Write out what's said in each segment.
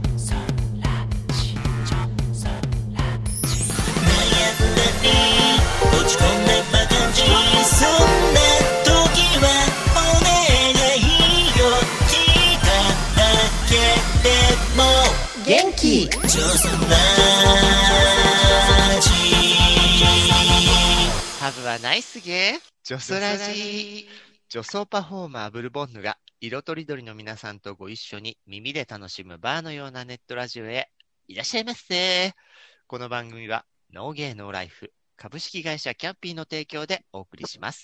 元気ハブはナイスゲージョソラジ女装パフォーマーブルボンヌが色とりどりの皆さんとご一緒に耳で楽しむバーのようなネットラジオへいらっしゃいませ。この番組はノーゲーノーライフ株式会社キャンピーの提供でお送りします。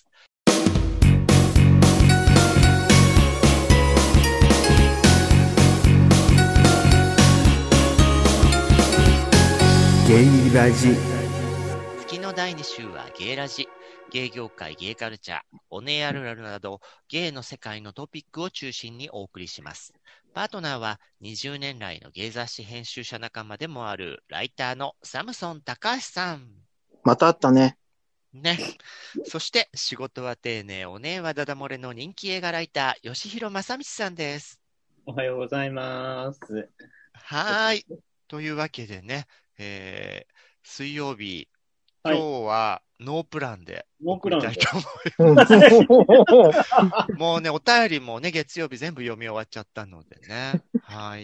ゲイラジ。 月の第2週はゲイラジ。ゲイ業界、ゲイカルチャー、オネエあるあるなど、ゲイの世界のトピックを中心にお送りします。パートナーは20年来のゲイ雑誌編集者仲間でもあるライターのサムソン高橋さん。 また会ったね。 ね。そして仕事は丁寧、オネエはダダ漏れの人気映画ライター、吉弘正道さんです。 おはようございます。 はい。というわけでね、水曜日、今日はノープランで送りたいと思います。もうね、お便りもね、月曜日全部読み終わっちゃったのでね。はい。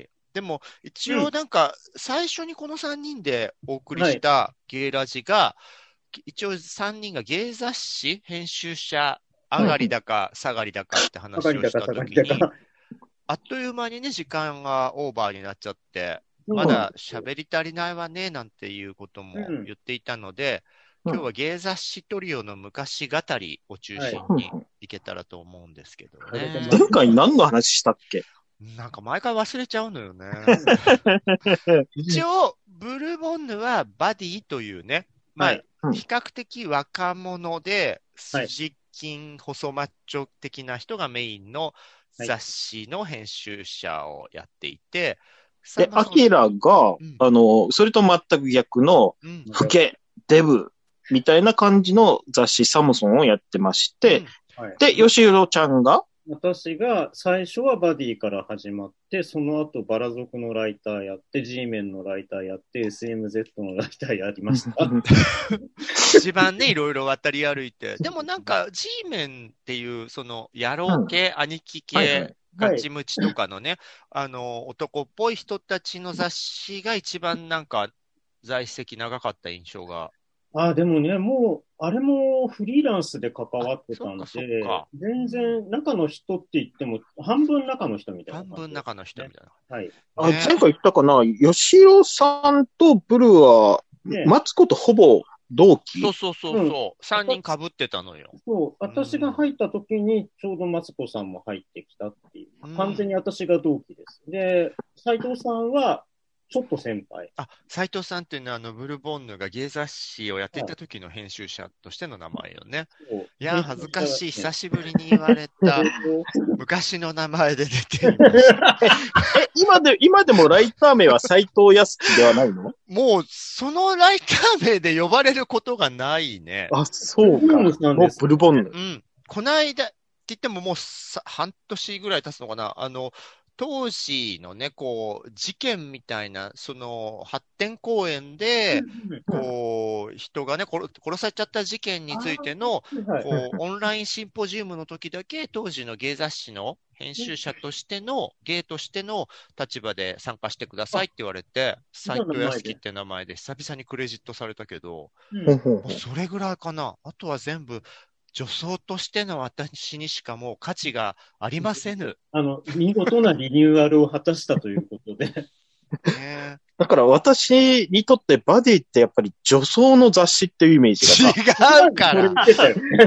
でも、一応なんか、最初にこの3人でお送りしたゲイラジが、一応3人がゲイ雑誌編集者上がりだか下がりだかって話をしたときに、あっという間にね、時間がオーバーになっちゃって、まだ喋り足りないわね、なんていうことも言っていたので、今日は芸雑誌トリオの昔語りを中心にいけたらと思うんですけどね。 前回何の話したっけ？ なんか毎回忘れちゃうのよね。一応、ブルボンヌはバディというね、まあ、比較的若者で、筋筋細マッチョ的な人がメインの雑誌の編集者をやっていて、 で、アキラが、それと全く逆の、フケ、デブ、みたいな感じの雑誌サムソンをやってまして、で、ヨシヒロちゃんが私が最初はバディから始まって、その後バラ族のライターやって、G メンのライターやって、SMZ のライターやりました。 一番ね、いろいろ渡り歩いて。でもなんか G メンっていう、その野郎系、兄貴系、ガチムチとかのね、男っぽい人たちの雑誌が一番なんか在籍長かった印象が。 でもね、もう、あれもフリーランスで関わってたんで、全然中の人って言っても、半分中の人みたいな、 半分中の人みたいな。 はい。 前回言ったかな、吉野さんとブルは、マツコとほぼ同期。 そう。3人被ってたのよ。 そう。私が入った時に、ちょうどマツコさんも入ってきたっていう。完全に私が同期です。で、斉藤さんは、ちょっと先輩。 斉藤さんっていうのは、ブルボンヌが芸雑誌をやっていた時の編集者としての名前よね。いや、恥ずかしい。久しぶりに言われた。昔の名前で出てる。 今でもライター名は斉藤康樹ではないの？ もう、そのライター名で呼ばれることがないね。 そうか。もうブルボンヌ。 この間って言ってももう半年ぐらい経つのかな。当時のね、こう、事件みたいな、その、発展公園で、こう、人がね、殺されちゃった事件についての、こう、オンラインシンポジウムの時だけ、当時のゲイ雑誌の編集者としての、ゲイとしての立場で参加してくださいって言われて、斉藤康樹って名前で久々にクレジットされたけど、もうそれぐらいかな。あとは全部、女装としての私にしかもう価値がありませぬ。 見事なリニューアルを果たしたということで。 だから私にとってバディってやっぱり女装の雑誌っていうイメージが。違うから。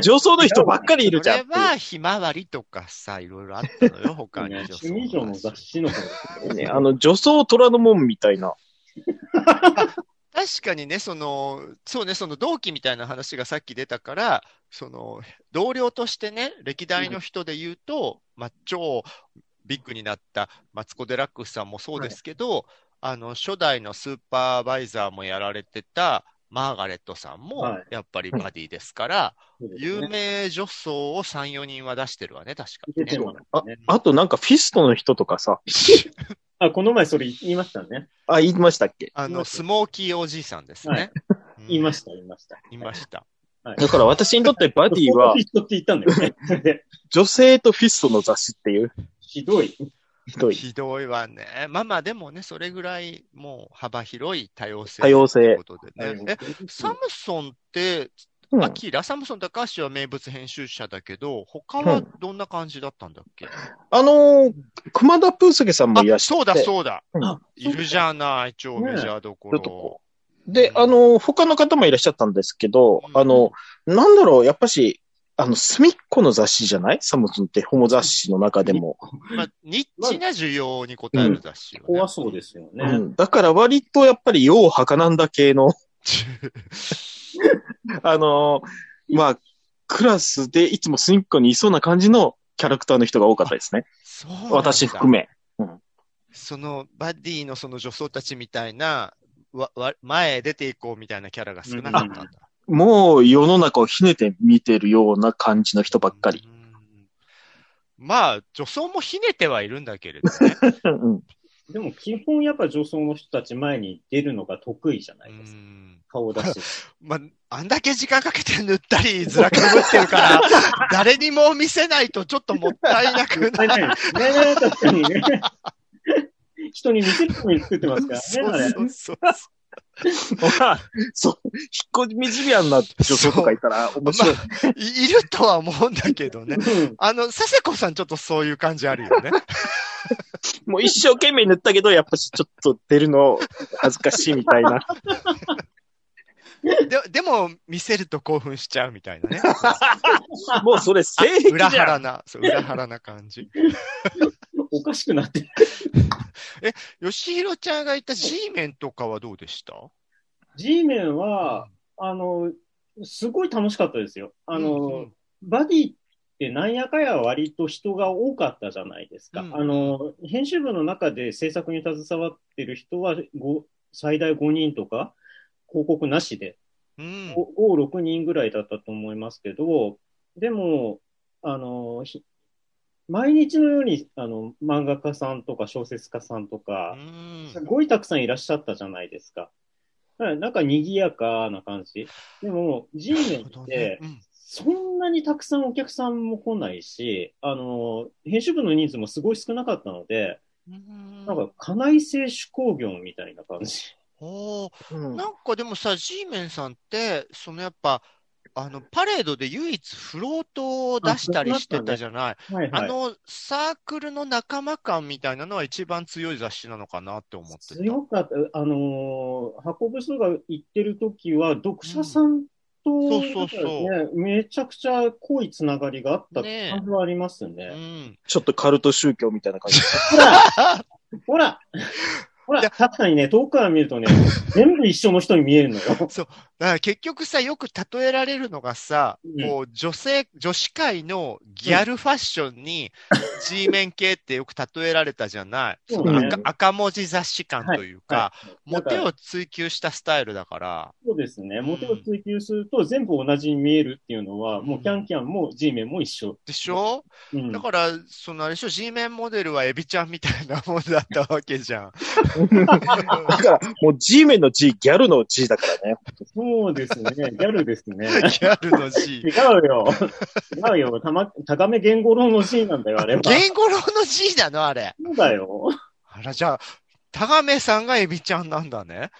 女装の人ばっかりいるじゃん。 それはひまわりとかさ、いろいろあったのよ、他に女装。 趣味上の雑誌の方ね。女装虎の門みたいな。 確かにね、そうね、その同期みたいな話がさっき出たから、同僚としてね、歴代の人で言うと、超ビッグになったマツコ・デラックスさんもそうですけど、初代のスーパーバイザーもやられてた、 マーガレットさんも、やっぱりバディですから、有名女装を3、4人は出してるわね、確かにね。 あとなんかフィストの人とかさ。 この前それ言いましたね。 言いましたっけ？ スモーキーおじいさんですね。 言いました。 だから私にとってバディは、 フィストって言ったんだよね。 女性とフィストの雑誌っていう。 ひどい。 ひどいわね。まあでもね、それぐらいもう幅広い多様性。 多様性。 ということでね。サムソンって、サムソン高橋は名物編集者だけど、他はどんな感じだったんだっけ？ 熊田プースケさんもいらっしゃって。 そうだ。いるじゃない、超メジャーどころ。 で、他の方もいらっしゃったんですけど、なんだろう、やっぱし、隅っこの雑誌じゃない？サムソンってホモ雑誌の中でも。 ニッチな需要に応える雑誌よね。 ここはそうですよね。 だから割とやっぱり世を儚んだ系の、クラスでいつも隅っこにいそうな感じのキャラクターの人が多かったですね。私含め。 そのバディのその女装たちみたいな、前へ出ていこうみたいなキャラが少なかったんだ。 もう世の中をひねて見てるような感じの人ばっかり。 まあ、女装もひねてはいるんだけれどね。 でも基本やっぱ女装の人たち前に出るのが得意じゃないですか。顔出し。 あんだけ時間かけて塗ったりずらかぶってるから、誰にも見せないとちょっともったいなくない。 ね、確かにね。人に見せるために作ってますからね。 そう。引っ込み思案な女装とかいたら面白い。 いるとは思うんだけどね。佐世子さんちょっとそういう感じあるよね。 もう一生懸命塗ったけど、やっぱしちょっと出るの恥ずかしいみたいな。 でも、見せると興奮しちゃうみたいなね。 もうそれ性癖じゃん。 裏腹な感じ。 おかしくなってる。 吉弘ちゃんが言った G メンとかはどうでした？ G メンは、すごい楽しかったですよ。バディってなんやかや割と人が多かったじゃないですか。編集部の中で制作に携わってる人は最大5人とか、広告なしで、5、6人ぐらいだったと思いますけど、でも、毎日のように、漫画家さんとか小説家さんとか、すごいたくさんいらっしゃったじゃないですか。なんか賑やかな感じ。でも、G メンって、そんなにたくさんお客さんも来ないし、編集部の人数もすごい少なかったので、なんか、家内製手工業みたいな感じ。 なんかでもさ、G メンさんって、やっぱ、パレードで唯一フロートを出したりしてたじゃない。サークルの仲間感みたいなのは一番強い雑誌なのかなって思ってた。 強かった。箱部数が行ってる時は、読者さんと、めちゃくちゃ濃いつながりがあった感じはありますね。 ちょっとカルト宗教みたいな感じ。 ほら確かにね、遠くから見るとね、全部一緒の人に見えるのよ。 そう。だから結局さ、よく例えられるのがさ、こう、女子会のギャルファッションに、G メン系ってよく例えられたじゃない。赤文字雑誌感というか、モテを追求したスタイルだから。 そうですね。モテを追求すると全部同じに見えるっていうのは、もうキャンキャンも G メンも一緒。 でしょ？だから、あれでしょ、G メンモデルはエビちゃんみたいなもんだったわけじゃん。 だから、もう G メンの G、ギャルの G だからね。 そうですね。ギャルですね。 ギャルの G。 違うよ。高め源五郎の G なんだよ、あれは。 源五郎の G なのあれ。 そうだよ。 じゃあ、高めさんがエビちゃんなんだね。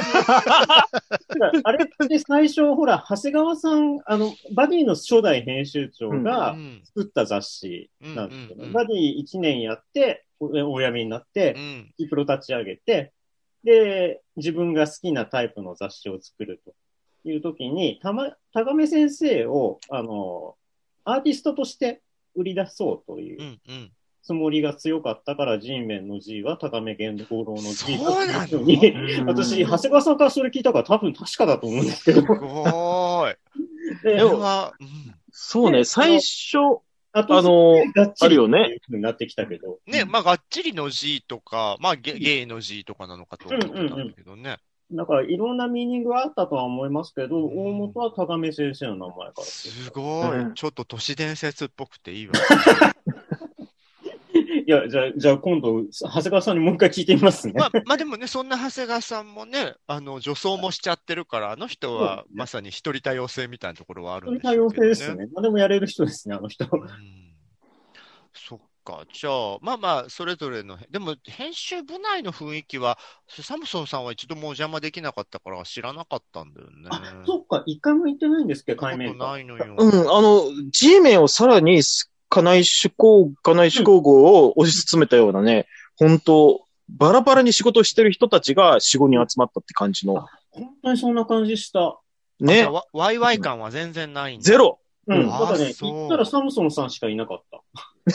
あれって最初、ほら、長谷川さん、バディの初代編集長が作った雑誌なんですけど、バディ1年やって、お辞めになって、プロ立ち上げて、で、自分が好きなタイプの雑誌を作るというときに、高め先生を、アーティストとして売り出そうというつもりが強かったから、G メンの G は高め源五郎の G だというふうに、私、長谷川さんからそれ聞いたから多分確かだと思うんですけど。すごい。 そうね、最初、 あるよね。なってきたけど。 ね、まあ、がっちりの G とか、まあ、ゲイの G とかなのかと思ったんだけどね。 だからいろんなミーニングがあったとは思いますけど、大元はタガメ先生の名前から。 すごい。ちょっと都市伝説っぽくていいわ。 いや、じゃあ今度、長谷川さんにもう一回聞いてみますね。 まあでもね、そんな長谷川さんもね、女装もしちゃってるから、あの人はまさに一人多様性みたいなところはあるんでしょうけどね。 一人多様性ですね。まあでもやれる人ですね、あの人。 そっか。じゃあ、まあまあ、それぞれの、でも、編集部内の雰囲気は、サムソンさんは一度もお邪魔できなかったから知らなかったんだよね。 そっか、一回も行ってないんですけど、 海面ないのよ。 G メンをさらに、家内志向号を推し進めたようなね、本当バラバラに仕事をしてる人たちが4、5人集まったって感じの。 本当にそんな感じした。 ね。 ワイワイ感は全然ないんだ。 ゼロ。 だからね、行ったらサムソンさんしかいなかった。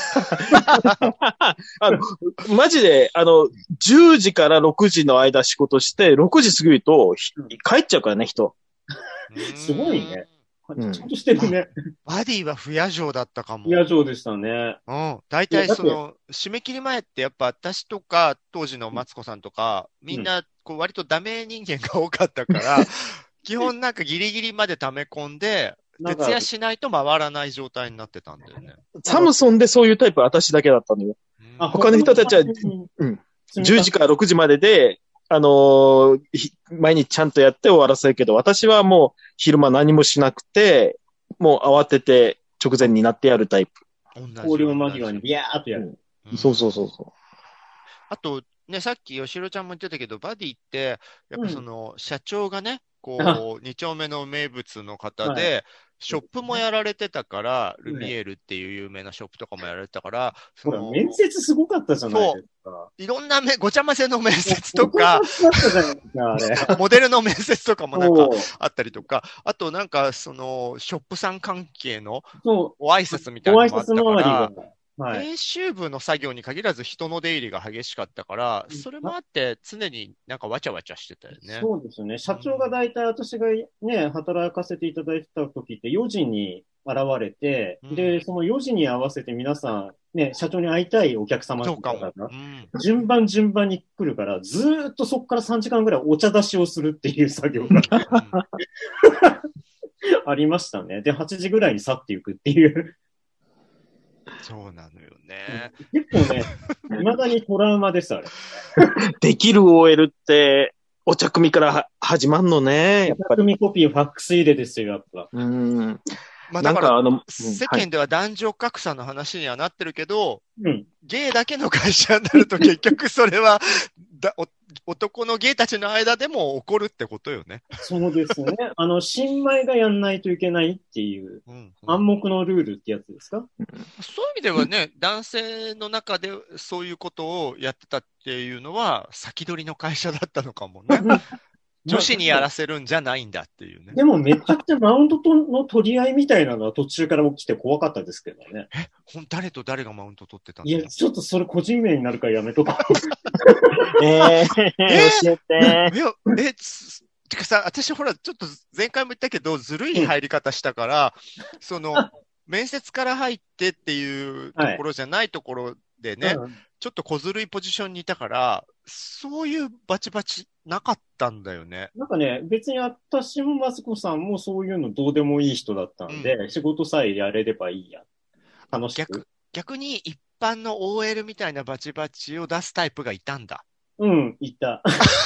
マジで、10時から6時の間仕事して、6時過ぎると、帰っちゃうからね、人。 すごいね。ちゃんとしてるね。 バディは不夜城だったかも。 不夜城でしたね。 大体締め切り前ってやっぱ私とか、当時のマツコさんとか、みんな、割とダメ人間が多かったから、基本なんかギリギリまで溜め込んで、徹夜しないと回らない状態になってたんだよね。 サムソンでそういうタイプ私だけだったのよ。他の人たちは、10時から6時までで、毎日ちゃんとやって終わらせるけど、私はもう昼間何もしなくて、もう慌てて直前になってやるタイプ。 終了間際にビャーっとやる。 そう。 あと、ね、さっき吉野ちゃんも言ってたけど、バディって、やっぱ社長がね、2丁目の名物の方で、ショップもやられてたから、ルミエールっていう有名なショップとかもやられてたから、 面接すごかったじゃないですか。 いろんなごちゃ混ぜの面接とか、モデルの面接とかもなんかあったりとか、あとなんかショップさん関係のお挨拶みたいなのもあったから、編集部の作業に限らず人の出入りが激しかったから、それもあって常になんかわちゃわちゃしてたよね。 そうですね。社長が大体私がね、働かせていただいてた時って4時に現れて、で、その4時に合わせて皆さん、ね、社長に会いたいお客様とかが、順番に来るから、ずーっとそこから3時間ぐらいお茶出しをするっていう作業がありましたね。で、8時ぐらいに去っていくっていう。 そうなのよね。 結構ね、未だにトラウマです、あれ。 できる OL って、お茶組から始まんのね。 お茶組コピー、ファックス入れですよ、やっぱ。 まあだから世間では男女格差の話にはなってるけど、ゲイだけの会社になると結局それは男のゲイたちの間でも起こるってことよね。 そうですね。新米がやんないといけないっていう暗黙のルールってやつですか？ そういう意味ではね、男性の中でそういうことをやってたっていうのは先取りの会社だったのかもね。女子にやらせるんじゃないんだっていうね。 でもめちゃくちゃマウントの取り合いみたいなのは途中から起きて怖かったですけどね。 誰と誰がマウント取ってたの？ いや、ちょっとそれ個人名になるからやめとか。 教えて。 てかさ、私ほら、ちょっと前回も言ったけど、ずるい入り方したから、面接から入ってっていうところじゃないところでね、ちょっと小ずるいポジションにいたから、そういうバチバチなかったんだよね。 なんかね、別に私もマツコさんもそういうのどうでもいい人だったんで、仕事さえやれればいいや。楽しく。 逆に一般の OL みたいなバチバチを出すタイプがいたんだ。 いた。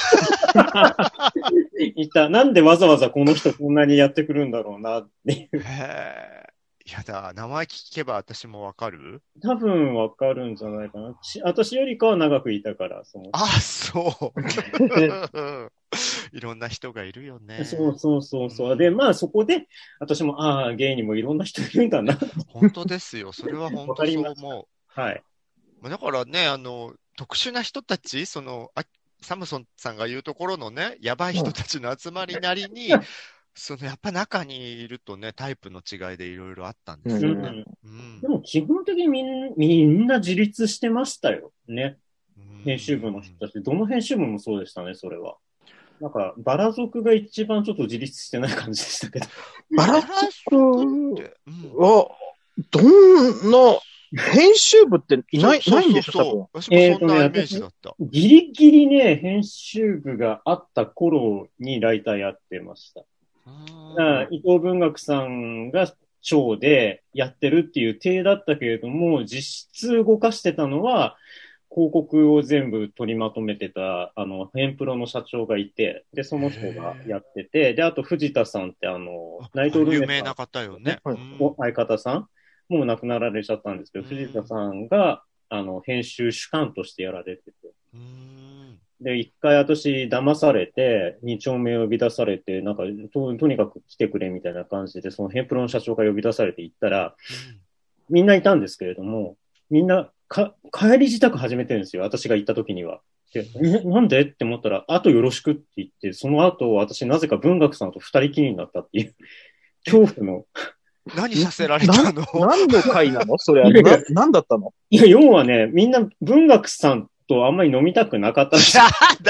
いた。なんでわざわざこの人こんなにやってくるんだろうなっていう。 やだ、名前聞けば私もわかる？ 多分わかるんじゃないかな。私よりかは長くいたから、 そう。いろんな人がいるよね。 そう。で、まあそこで、私も、ゲイにもいろんな人いるんだな。 本当ですよ。それは本当そう思う。 はい。 だからね、特殊な人たち、サムソンさんが言うところのね、やばい人たちの集まりなりに、やっぱ中にいるとね、タイプの違いでいろいろあったんですよね。 でも基本的にみんな自立してましたよね。編集部の人たち。どの編集部もそうでしたね、それは。なんか、バラ族が一番ちょっと自立してない感じでしたけど。 バラ族は、どんな編集部ってないんでしょ、多分。 私もそんなイメージだった。 ギリギリね、編集部があった頃にライターやってました。伊藤文学さんが長でやってるっていう体だったけれども、実質動かしてたのは、広告を全部取りまとめてた、ヘンプロの社長がいて、で、その人がやってて、で、あと藤田さんってナイトルネ有名な方よね。 相方さんもう亡くなられちゃったんですけど、藤田さんが、編集主幹としてやられてて。で、一回私騙されて、二丁目呼び出されて、なんかとにかく来てくれみたいな感じで、そのヘンプロの社長が呼び出されて行ったら、みんないたんですけれども、みんな帰り支度始めてるんですよ、私が行った時には。で、なんでって思ったら、あとよろしくって言って、その後私なぜか文学さんと二人きりになったっていう、恐怖の。 何させられたの？ 何の会なのそれ何だったの？ いや、要はね、みんな文学さんとあんまり飲みたくなかったんですよ。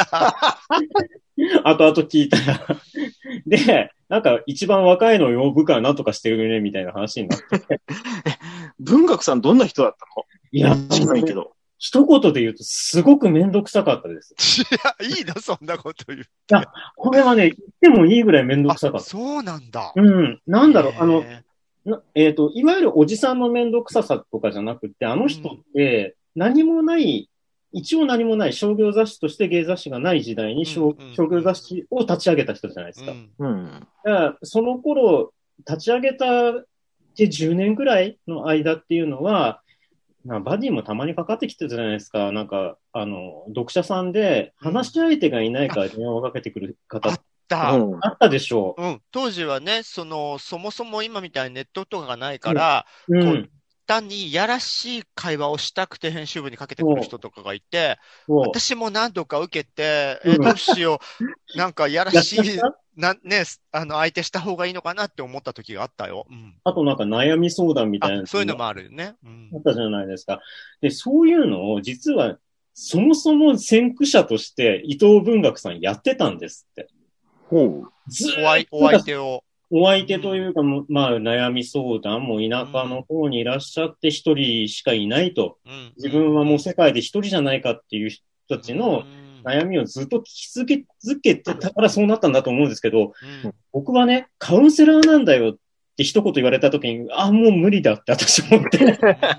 後々聞いたら。で、なんか一番若いのを呼ぶからなんとかしてるね、みたいな話になって。 文学さんどんな人だったの？ いや、 知らないけど。 一言で言うとすごくめんどくさかったです。 いや、いいのそんなこと言って。 いや、これはね、言ってもいいぐらいめんどくさかった。 そうなんだ。 うん。なんだろう、いわゆるおじさんのめんどくささとかじゃなくて、あの人って何もない、一応何もない商業雑誌として芸雑誌がない時代に商業雑誌を立ち上げた人じゃないですか。だからその頃、立ち上げたって10年ぐらいの間っていうのは、バディもたまにかかってきてたじゃないですか。なんか、読者さんで話し相手がいないから電話をかけてくる方。あったでしょう。 当時はね、そもそも今みたいにネットとかがないから、単にやらしい会話をしたくて編集部にかけてくる人とかがいて、私も何度か受けて、どうしよう、なんかやらしい、相手した方がいいのかなって思った時があったよ。 あとなんか悩み相談みたいな。 そういうのもあるよね。 あったじゃないですか。で、そういうのを実は、そもそも先駆者として伊藤文学さんやってたんですって。 お相手を。 お相手というか、まあ、悩み相談も田舎の方にいらっしゃって一人しかいないと。自分はもう世界で一人じゃないかっていう人たちの悩みをずっと聞き続けてたからそうなったんだと思うんですけど、僕はね、カウンセラーなんだよって一言言われたときに、もう無理だって私思って。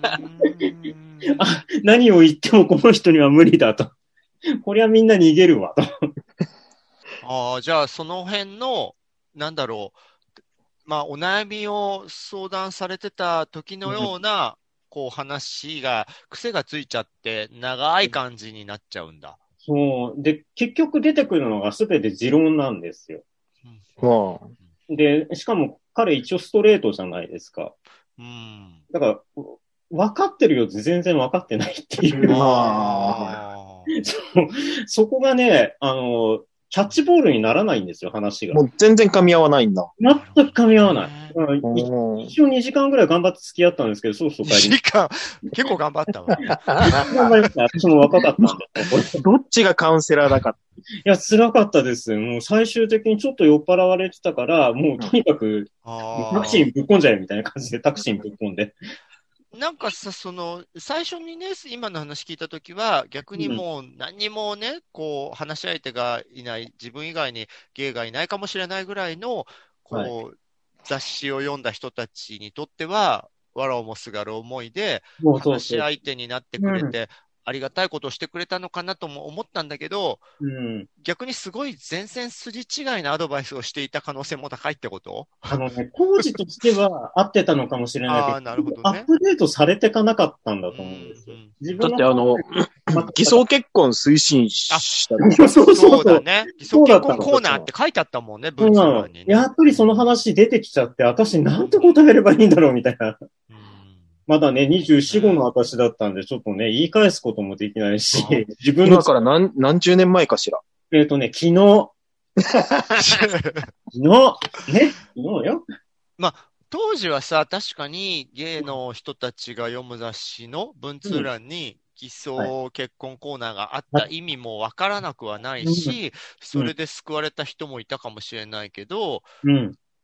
何を言ってもこの人には無理だと。こりゃみんな逃げるわと。 じゃあその辺の、なんだろう、まあ、お悩みを相談されてた時のような、こう話が、癖がついちゃって、長い感じになっちゃうんだ。 そう。で、結局出てくるのが全て持論なんですよ。で、しかも彼一応ストレートじゃないですか。だから、分かってるよって全然分かってないっていう。そこがね、キャッチボールにならないんですよ、話が。 もう全然噛み合わないんだ。 全く噛み合わない。一応2時間ぐらい頑張って付き合ったんですけど、そうそう帰り。 2時間結構頑張ったわ。 頑張りました。私も若かったんで。 どっちがカウンセラーだか。 いや、辛かったです。もう最終的にちょっと酔っ払われてたから、もうとにかく、タクシーぶっ込んじゃえみたいな感じでタクシーぶっ込んで。 なんかさ、最初にね、今の話聞いたときは、逆にもう何にもね、こう、話し相手がいない、自分以外に芸がいないかもしれないぐらいの、こう、雑誌を読んだ人たちにとっては、わらをもすがる思いで、話し相手になってくれて、ありがたいことをしてくれたのかなとも思ったんだけど、逆にすごい全然筋違いなアドバイスをしていた可能性も高いってこと？ 当時としては合ってたのかもしれないけど、 なるほどね、 アップデートされてかなかったんだと思うんですよ。 だって偽装結婚推進したそうだね。偽装結婚コーナーって書いてあったもんね、文章欄にね。 やっぱりその話出てきちゃって、私なんて答えればいいんだろうみたいな。まだね、24、5の私だったんで、ちょっとね、言い返すこともできないし、 自分の。今から何十年前かしら。 昨日。昨日よ。 まあ、当時はさ、確かにゲイの人たちが読む雑誌の文通欄に、偽装結婚コーナーがあった意味もわからなくはないし、それで救われた人もいたかもしれないけど、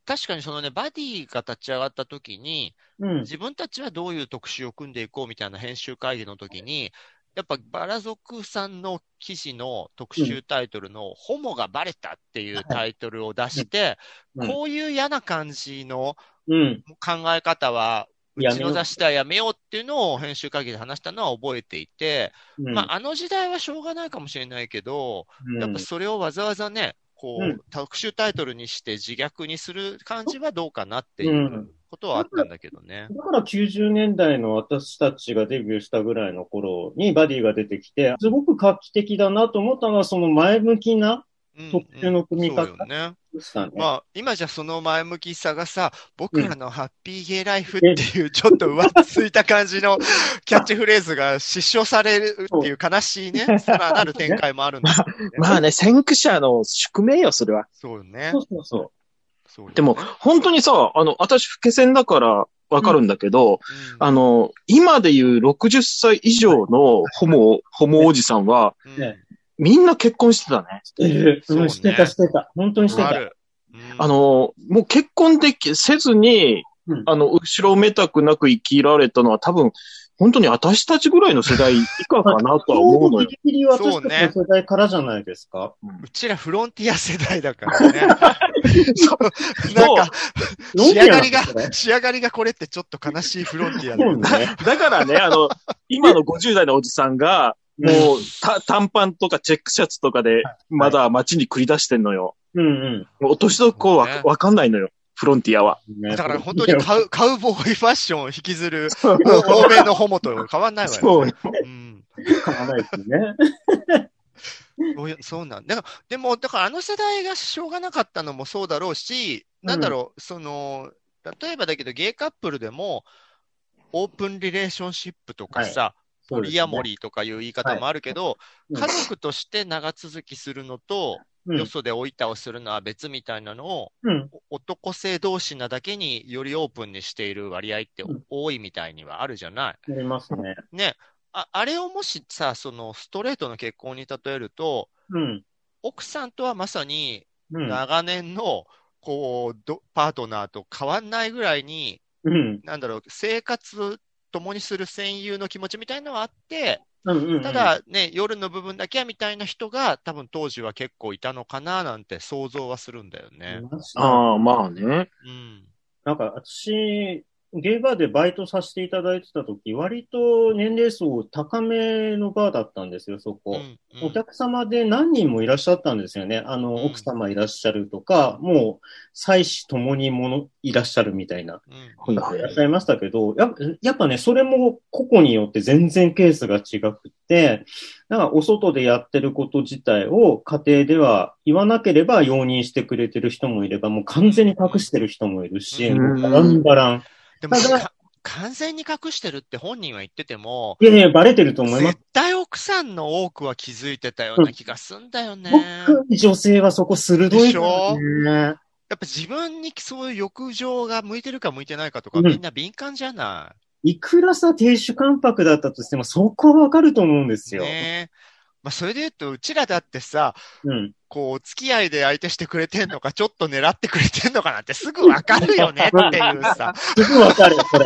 確かにそのね、バディが立ち上がった時に、自分たちはどういう特集を組んでいこうみたいな編集会議の時に、やっぱバラ族さんの記事の特集タイトルの、ホモがバレたっていうタイトルを出して、こういう嫌な感じの考え方は、うちの雑誌ではやめようっていうのを編集会議で話したのは覚えていて、まあ、あの時代はしょうがないかもしれないけど、やっぱそれをわざわざね、こう、特集タイトルにして自虐にする感じはどうかなっていうことはあったんだけどね。 だから90年代の私たちがデビューしたぐらいの頃にバディが出てきて、すごく画期的だなと思ったのは、その前向きな特集の組み方でしたね。 まあ、今じゃその前向きさがさ、僕らのハッピーゲイライフっていうちょっと上ついた感じのキャッチフレーズが失笑されるっていう悲しいね、さらなる展開もあるんですけどね。 まあね、先駆者の宿命よ、それは。 そうよね。 そう。 でも、本当にさ、私、老け線だからわかるんだけど、今でいう60歳以上のホモおじさんは、みんな結婚してたね。 してた。本当にしてた。 もう結婚せずに、後ろめたくなく生きられたのは多分、本当に私たちぐらいの世代以下かなとは思うのよ。 ギリギリ私たちの世代からじゃないですか。 うちらフロンティア世代だからね。なんか、仕上がりがこれってちょっと悲しいフロンティアだよね。 だからね、今の50代のおじさんが、もう、短パンとかチェックシャツとかで、まだ街に繰り出してんのよ。お年どこわかんないのよ。フロンティアは。 だから本当にカウボーイファッションを引きずる、欧米のホモと変わんないわよね。 変わらないですね。 そうなんだ。でも、だからあの世代がしょうがなかったのもそうだろうし、なんだろう、例えばだけどゲイカップルでも、オープンリレーションシップとかさ、ポリアモリーとかいう言い方もあるけど、家族として長続きするのと、よそでおいたをするのは別みたいなのを、男性同士なだけによりオープンにしている割合って多いみたいにはあるじゃない。 ありますね。 ね。あれをもしさ、ストレートの結婚に例えると、奥さんとはまさに長年の、こう、パートナーと変わんないぐらいに、なんだろう、生活共にする戦友の気持ちみたいなのはあって、ただね、夜の部分だけはみたいな人が多分当時は結構いたのかななんて想像はするんだよね。 ああ、まあね。 なんか私、ゲイバーでバイトさせていただいてた時、割と年齢層高めのバーだったんですよ、そこ。お客様で何人もいらっしゃったんですよね。奥様いらっしゃるとか、もう、妻子ともにいらっしゃるみたいな、いらっしゃいましたけど、やっぱね、それも個々によって全然ケースが違くって、だからお外でやってること自体を家庭では言わなければ容認してくれてる人もいれば、もう完全に隠してる人もいるし、バランバラン。 でも完全に隠してるって本人は言ってても、 いや、バレてると思います。 絶対奥さんの多くは気づいてたような気がすんだよね。 女性はそこ鋭いでしょ。 やっぱ自分にそういう欲情が向いてるか向いてないかとか、みんな敏感じゃない。 いくらさ、亭主関白だったとしても、そこはわかると思うんですよ。 まあ、それで言うと、うちらだってさ、こう、付き合いで相手してくれてんのか、ちょっと狙ってくれてんのかなんてすぐわかるよねっていうさ。 すぐわかる、それ。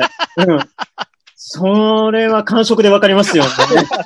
それは感触でわかりますよね。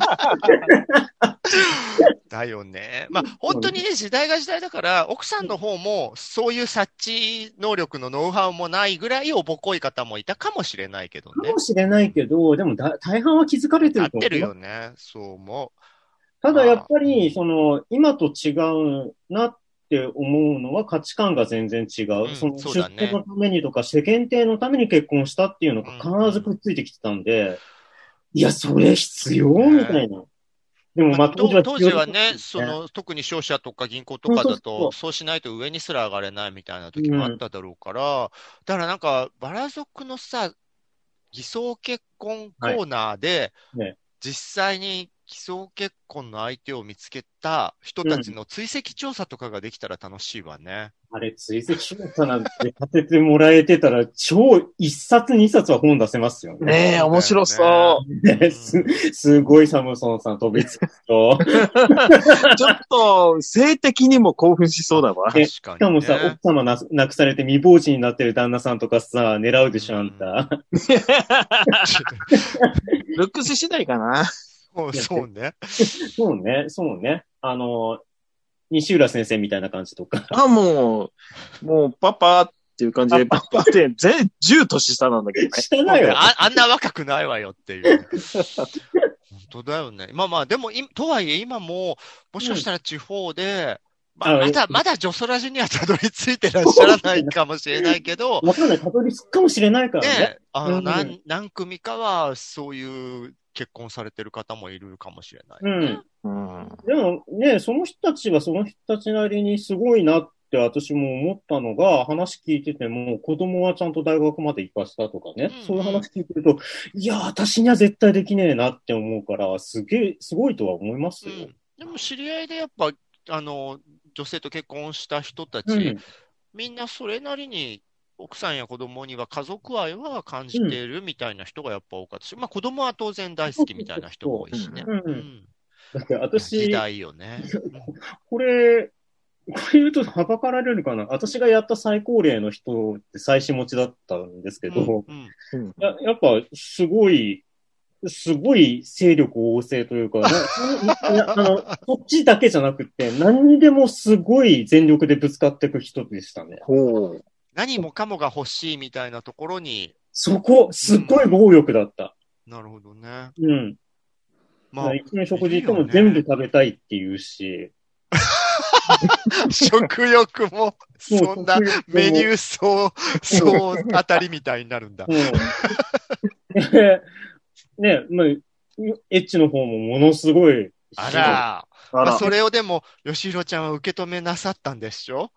だよね。まあ、本当にね、時代が時代だから、奥さんの方も、そういう察知能力のノウハウもないぐらいおぼこい方もいたかもしれないけどね。 かもしれないけど、でも大半は気づかれてると思う。 合ってるよね。そう思う。 ただやっぱり、今と違うなって思うのは価値観が全然違う。出世のためにとか世間体のために結婚したっていうのが必ずくっついてきてたんで、いや、それ必要みたいな。でも当時はね、特に商社とか銀行とかだと、そうしないと上にすら上がれないみたいな時もあっただろうから、だからなんか、バラ族のさ、偽装結婚コーナーで、実際に偽装結婚の相手を見つけた人たちの追跡調査とかができたら楽しいわね。 あれ、追跡調査なんて立ててもらえてたら、超1冊2冊は本出せますよね。 ねえ、面白そう。 すごいサムソンさん飛びつくと。 ちょっと、性的にも興奮しそうだわ。 確かに、ね。 しかもさ、奥様亡くされて未亡人になってる旦那さんとかさ、狙うでしょ、あんた。 ルックス次第かな。 そうね。 そうね。西浦先生みたいな感じとか。 もう、パパっていう感じで、パパって10年下なんだけどね。 下だよ。 あんな若くないわよっていう。本当だよね。まあ、でも、とはいえ今も、もしかしたら地方で、まだジョソラジにはたどり着いてらっしゃらないかもしれないけど。 わかんない、たどり着くかもしれないからね。 何組かは、そういう結婚されてる方もいるかもしれない、ね。 でもね、その人たちがその人たちなりにすごいなって私も思ったのが、話聞いてても、子供はちゃんと大学まで行かしたとかね、そういう話聞いてると、いや、私には絶対できねえなって思うから、すごいとは思いますよ。 でも知り合いでやっぱ、女性と結婚した人たち、みんなそれなりに奥さんや子供には家族愛は感じているみたいな人がやっぱ多かったし、子供は当然大好きみたいな人も多いしね。 だって私、 時代よね。 これ言うとはばかられるかな。私がやった最高齢の人って妻子持ちだったんですけど、やっぱすごい勢力旺盛というか、そっちだけじゃなくて、何にでもすごい全力でぶつかっていく人でしたね。 何もかもが欲しいみたいなところに。 すっごい強欲だった。 なるほどね。 一緒に食事行っても全部食べたいって言うし。 食欲も、そんなメニューそうあたりみたいになるんだ。 ね、エッチの方もものすごい。 あら。それをでも、吉弘ちゃんは受け止めなさったんでしょ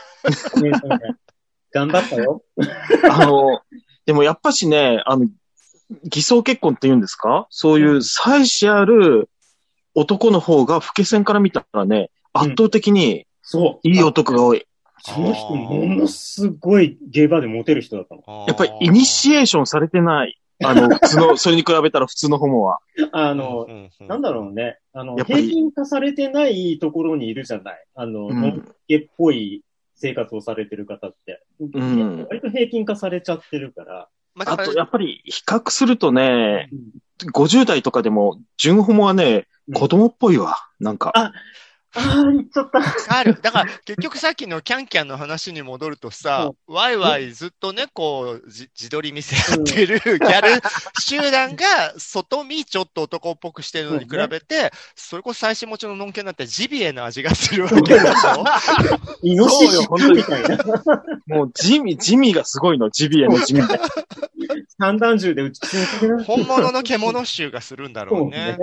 頑張ったよ。 でもやっぱしね、偽装結婚って言うんですか？そういう妻子ある男の方が、老け線から見たらね、圧倒的に、いい男が多い。 その人、ものすごいゲーバーでモテる人だったの。 やっぱり、イニシエーションされてない。普通の、それに比べたら普通のホモは。 なんだろうね。平均化されてないところにいるじゃない。のんけっぽい生活をされてる方って。割と平均化されちゃってるから。 あと、やっぱり、比較するとね、50代とかでも、純ホモはね、子供っぽいわ。なんか。 言っちゃった。 だから、結局さっきのキャンキャンの話に戻るとさ、ワイワイずっとね、自撮り見せ合ってるギャル集団が、外見ちょっと男っぽくしてるのに比べて、それこそ最新持ちののんけになってジビエの味がするわけでしょ。 イノシシ本当みたいな。 もう地味がすごいの、ジビエの地味。 散弾銃で撃ち続ける。 本物の獣臭がするんだろうね。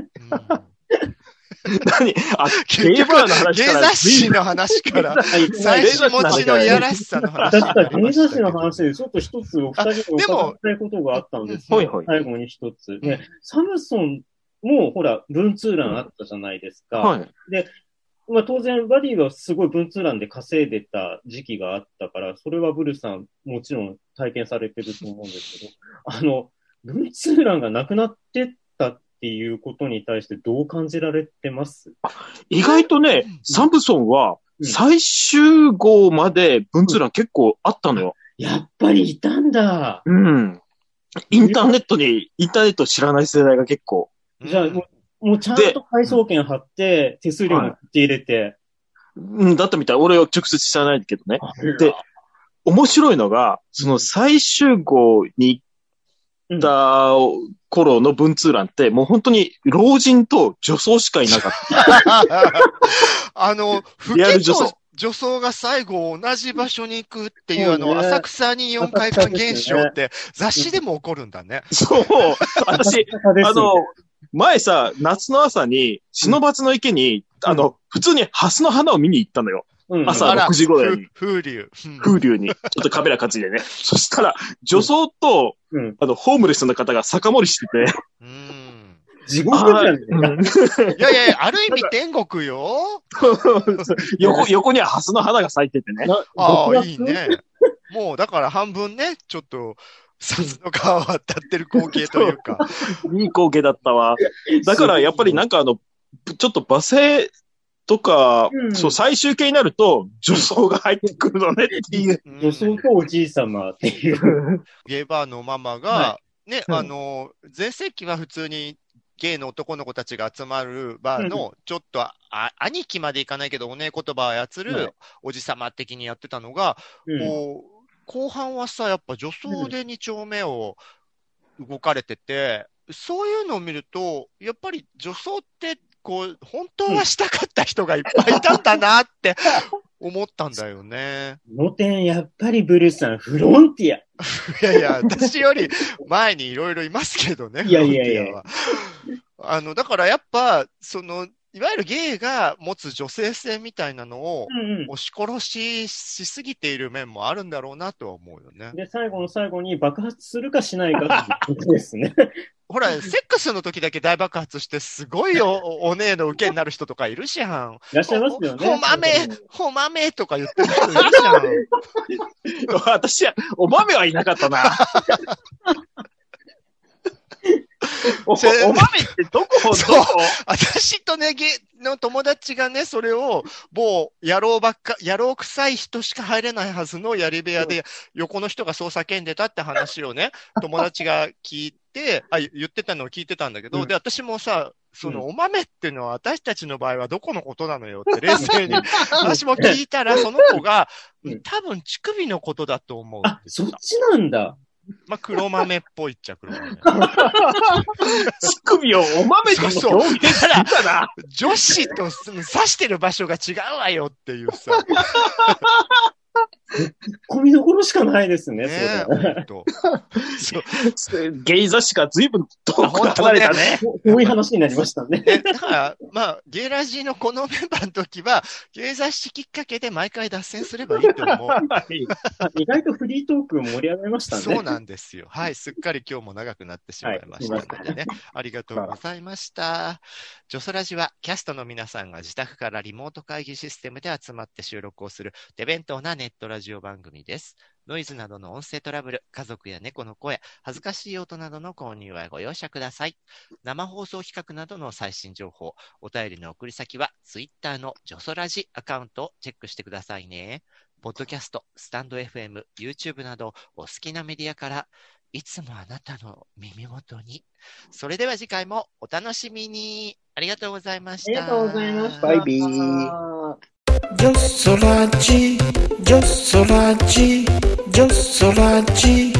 何ゲイバーの話から。 ゲイ雑誌の話から、最新持ちのいやらしさの話。 だったらゲイ雑誌の話でちょっと一つお二人にお伺いしたいことがあったんですよ。最後に一つ。サムソンもほら、文通欄あったじゃないですか。で、当然、バディはすごい文通欄で稼いでた時期があったから、それはブルさんもちろん体験されてると思うんですけど、文通欄がなくなってったっていうことに対してどう感じられてます？ 意外とね、サムソンは最終号まで文通欄結構あったのよ。 やっぱりいたんだ。 インターネット知らない世代が結構。 じゃあ、もうちゃんと配送券貼って、手数料も入れて。 だったみたい。俺は直接知らないけどね。で、面白いのが、その最終号に行った頃の文通欄って、もう本当に老人と女装しかいなかった。 リアル女装。女装が最後同じ場所に行くっていう、浅草に4回間現象って雑誌でも起こるんだね。 そう。私、前さ、夏の朝に、篠松の池に、普通にハスの花を見に行ったのよ。朝6時頃に。 風流に。ちょっとカメラ担いでね。そしたら、女装と、ホームレスの方が酒盛りしてて。 地獄じゃねいやいや、ある意味天国よ。 横にはハスの花が咲いててね。 ああ、いいね。もう、だから半分ね、ちょっと、さすの川を渡ってる光景というか。 いい光景だったわ。だからやっぱりなんかちょっと罵声とか、そう、最終形になると、女装が入ってくるのねっていう。 女装とおじい様っていう。 ゲイバーのママが、ね、前世紀は普通にゲイの男の子たちが集まるバーの、ちょっと兄貴までいかないけど、おねえ言葉を操るおじさま的にやってたのが、こう、後半はさ、やっぱ女装で2丁目を動かれてて、そういうのを見ると、やっぱり女装って、こう、本当はしたかった人がいっぱいいたんだなって思ったんだよね。 この点、やっぱりブルースさん、フロンティア。 いやいや、私より前にいろいろいますけどね。 いやいやいや。 だからやっぱ、いわゆるゲイが持つ女性性みたいなのを押し殺しすぎている面もあるんだろうなとは思うよね。 で、最後の最後に爆発するかしないかっていうことですね。 ほら、セックスの時だけ大爆発してすごいお姉の受けになる人とかいるしゃん。 いらっしゃいますよね。 ほ豆とか言ってる人いるじゃん。 私は、お豆はいなかったな。お豆ってどこ私とね、の友達がね、それを、某野郎臭い人しか入れないはずのやり部屋で、横の人がそう叫んでたって話をね、友達が聞いて、言ってたのを聞いてたんだけど、で、私もさ、お豆っていうのは私たちの場合はどこのことなのよって冷静に私も聞いたら、その子が、多分乳首のことだと思う。 あ、そっちなんだ。 まあ、黒豆っぽいっちゃ黒豆。 乳首をお豆でも表現したら、 女子と指してる場所が違うわよっていうさ。 込みどころしかないですね、 ゲイ雑誌が随分遠く離れたね。 遠い話になりましたね。 だから、まあ、ゲイラジのこのメンバーの時は、ゲイ雑誌きっかけで毎回脱線すればいいと思う。 意外とフリートーク盛り上がりましたね。 そうなんですよ。はい、すっかり今日も長くなってしまいましたのでね。ありがとうございました。ジョソラジは、キャストの皆さんが自宅からリモート会議システムで集まって収録をする手弁当なネットラジオ番組です。ノイズなどの音声トラブル、家族や猫の声、恥ずかしい音などの購入はご容赦ください。生放送企画などの最新情報、お便りの送り先は Twitter のジョソラジアカウントをチェックしてくださいね。ポッドキャスト、スタンド FM、YouTube などお好きなメディアからいつもあなたの耳元に。それでは次回もお楽しみに。ありがとうございました。 ありがとうございました。 バイビー。 ジョソラジ、ジョソラジ、ジョソラジ。